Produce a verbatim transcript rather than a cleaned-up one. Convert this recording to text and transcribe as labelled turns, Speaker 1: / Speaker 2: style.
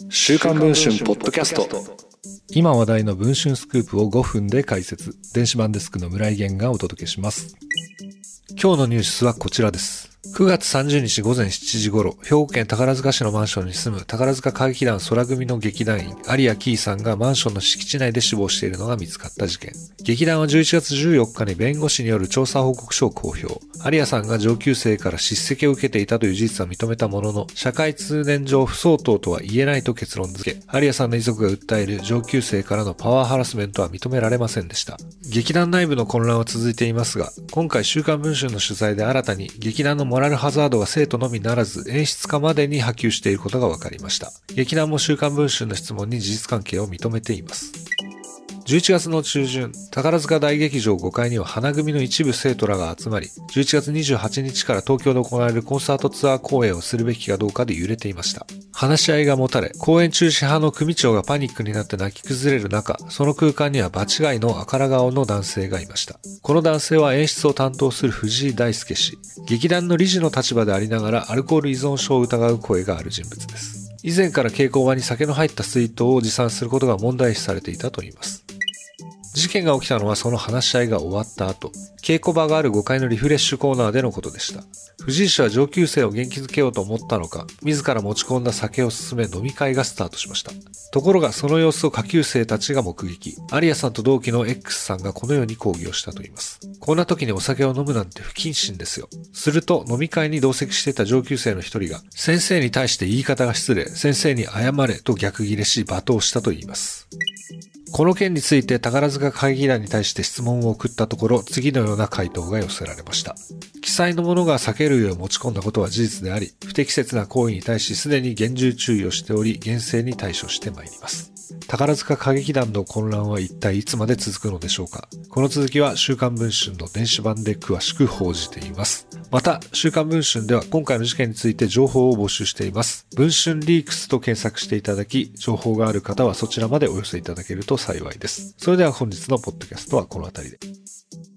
Speaker 1: 週刊文春ポッドキャスト。
Speaker 2: 今話題の文春スクープをごふんで解説。電子版デスクの村井源がお届けします。今日のニュースはこちらです。くがつさんじゅうにち午前しちじ頃、兵庫県宝塚市のマンションに住む宝塚歌劇団空組の劇団員、有谷キーさんがマンションの敷地内で死亡しているのが見つかった事件。劇団はじゅういちがつじゅうよっかに弁護士による調査報告書を公表。有谷さんが上級生から叱責を受けていたという事実は認めたものの、社会通念上不相当とは言えないと結論付け、有谷さんの遺族が訴える上級生からのパワーハラスメントは認められませんでした。劇団内部の混乱は続いていますが、今回週刊文春の取材で新たに劇団のモラルハザードが生徒のみならず演出家までに波及していることが分かりました。劇団も週刊文春の質問に事実関係を認めています。じゅういちがつの中旬、宝塚大劇場ごかいには花組の一部生徒らが集まり、じゅういちがつにじゅうはちにちから東京で行われるコンサートツアー公演をするべきかどうかで揺れていました。話し合いが持たれ、公演中止派の組長がパニックになって泣き崩れる中、その空間には場違いの赤ら顔の男性がいました。この男性は演出を担当する藤井大輔氏。劇団の理事の立場でありながらアルコール依存症を疑う声がある人物です。以前から稽古場に酒の入った水筒を持参することが問題視されていたといいます。事件が起きたのはその話し合いが終わった後、稽古場があるごかいのリフレッシュコーナーでのことでした。藤井氏は上級生を元気づけようと思ったのか、自ら持ち込んだ酒を勧め飲み会がスタートしました。ところがその様子を下級生たちが目撃。有谷さんと同期の X さんがこのように抗議をしたといいます。こんな時にお酒を飲むなんて不謹慎ですよ。すると飲み会に同席していた上級生の一人が、先生に対して言い方が失礼、先生に謝れと逆ギレし罵倒したといいます。この件について宝塚歌劇団に対して質問を送ったところ、次のような回答が寄せられました。記載の者が酒類を持ち込んだことは事実であり、不適切な行為に対しすでに厳重注意をしており、厳正に対処してまいります。宝塚歌劇団の混乱は一体いつまで続くのでしょうか。この続きは週刊文春の電子版で詳しく報じています。また、週刊文春では今回の事件について情報を募集しています。文春リークスと検索していただき、情報がある方はそちらまでお寄せいただけると幸いです。それでは本日のポッドキャストはこの辺りで。